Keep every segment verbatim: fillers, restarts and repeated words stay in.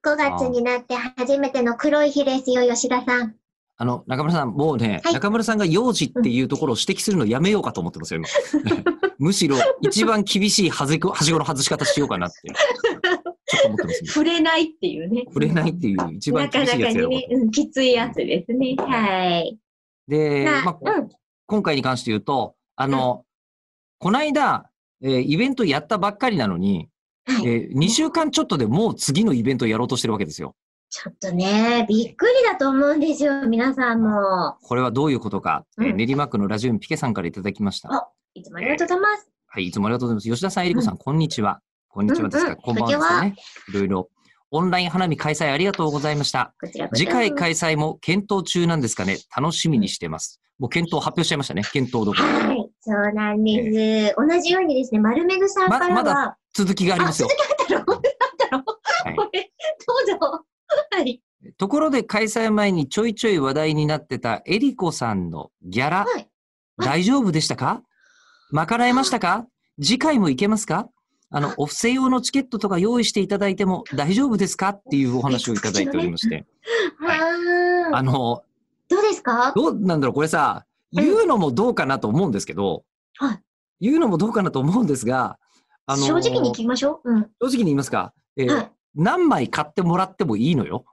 ごがつになって初めての黒い日ですよ、吉田さん。 あの、中村さん、もうね、 はい、 中村さんが幼児っていうところを指摘するのやめようかと思ってますよ、今。むしろ、一番厳しいはじはしごの外し方しようかなって。ちょっと思ってます、ね。 触れないっていうね。 触れないっていう一番厳しいやつやろうかと。 なかなかにね、うん、きついやつですね。はい。 で、まあ、うん、今回に関して言うと、あの、うん、この間、えー、イベントやったばっかりなのに、はい、えー、にしゅうかんちょっとでもう次のイベントをやろうとしてるわけですよ。 ちょっとね、びっくりだと思うんですよ、皆さんも。 これはどういうことか、うん、えー、練馬区のラジオンピケさんからいただきました。 あ、いつもありがとうございます。 えー、はい、いつもありがとうございます。吉田さん、えりこさん、うん、こんにちは。こんにちはですか、うんうん、こんばんはですかね。いろいろ。オンライン花見開催ありがとうございました。 こちらこ次回開催も検討中なんですかね。楽しみにしてます。もう検討発表しちゃいましたね。検討どころ。 はい、そうなんです。えー、同じようにですね、丸めぐさんからは。ま、 まだ続きがありますよ。 続きあったの？あったの？はい、これ、どうぞ。はい。 ところで開催前にちょいちょい話題になってたえりこさんのギャラ、はい、大丈夫でしたか？賄えましたか？次回も行けますか？あの、お布施用のチケットとか用意していただいても大丈夫ですかっていうお話をいただいておりまして。はい、あの、 どうですか？ どうなんだろうこれさ、言うのもどうかなと思うんですけど、 はい、 言うのもどうかなと思うんですが、 あのー、正直に聞きましょう。うん、 正直に言いますか、えーはい、何枚買ってもらってもいいのよ。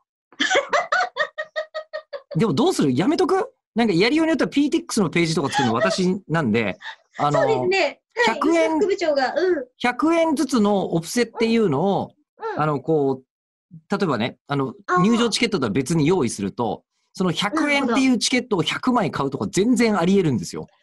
でもどうする？やめとく？なんかやりようによっては ピーティーエックス のページとか作るの私なんで、 あのー、そうですね。 ひゃくえん、 はい、部長が、うん、 ひゃくえんずつのオプセっていうのを、うん、あの、こう、例えばね、あの、入場チケットとは別に用意すると、そのひゃくえんっていうチケットをひゃくまい買うとか全然あり得るんですよ。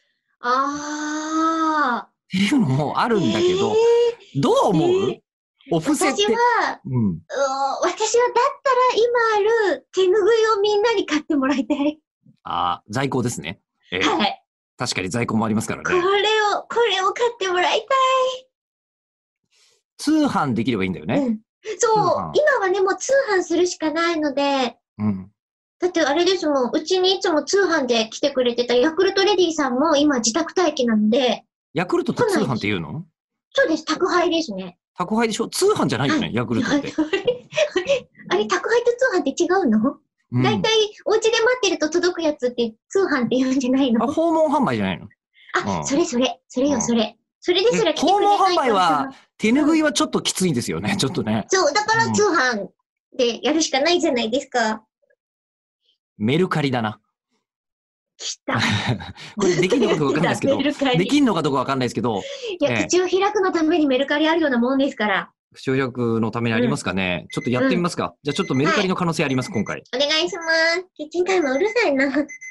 ああ。 っていうのもあるんだけど、えー、どう思う？えー、オプセって。 私は、うん、私はだったら今ある手ぬぐいをみんなに買ってもらいたい。 ああ、在庫ですね。えー、はい。確かに在庫もありますからね。 これを、これを買ってもらいたい。 通販できればいいんだよね。うん、 そう、今はね、もう通販するしかないので、うん、だってあれですもん、うちにいつも通販で来てくれてたヤクルトレディさんも今自宅待機なので。 ヤクルトって通販って言うの？ そうです、宅配ですね。 宅配でしょ？通販じゃないよね、はい、ヤクルトって。 あれ、宅配と通販って違うの？うん、だいたいお家で待ってると届くやつって通販って言うんじゃないの？ あ、訪問販売じゃないの？ あ、うん、それそれ、それよ、それ。うん、それですら来てくれない。 訪問販売は手ぬぐいはちょっときついんですよね、うん、ちょっとね。 そう、だから通販でやるしかないじゃないですか。 メルカリだな。 来た。 これできんのかどうかわかんないですけど、できんのかどうかわかんないですけど。 いや、ええ、口を開くのためにメルカリあるようなもんですから。 口を開くのためにありますかね。うん、ちょっとやってみますか。うん、じゃあちょっとメルカリの可能性あります、はい、今回。 お願いします。キッチンタイムうるさいな。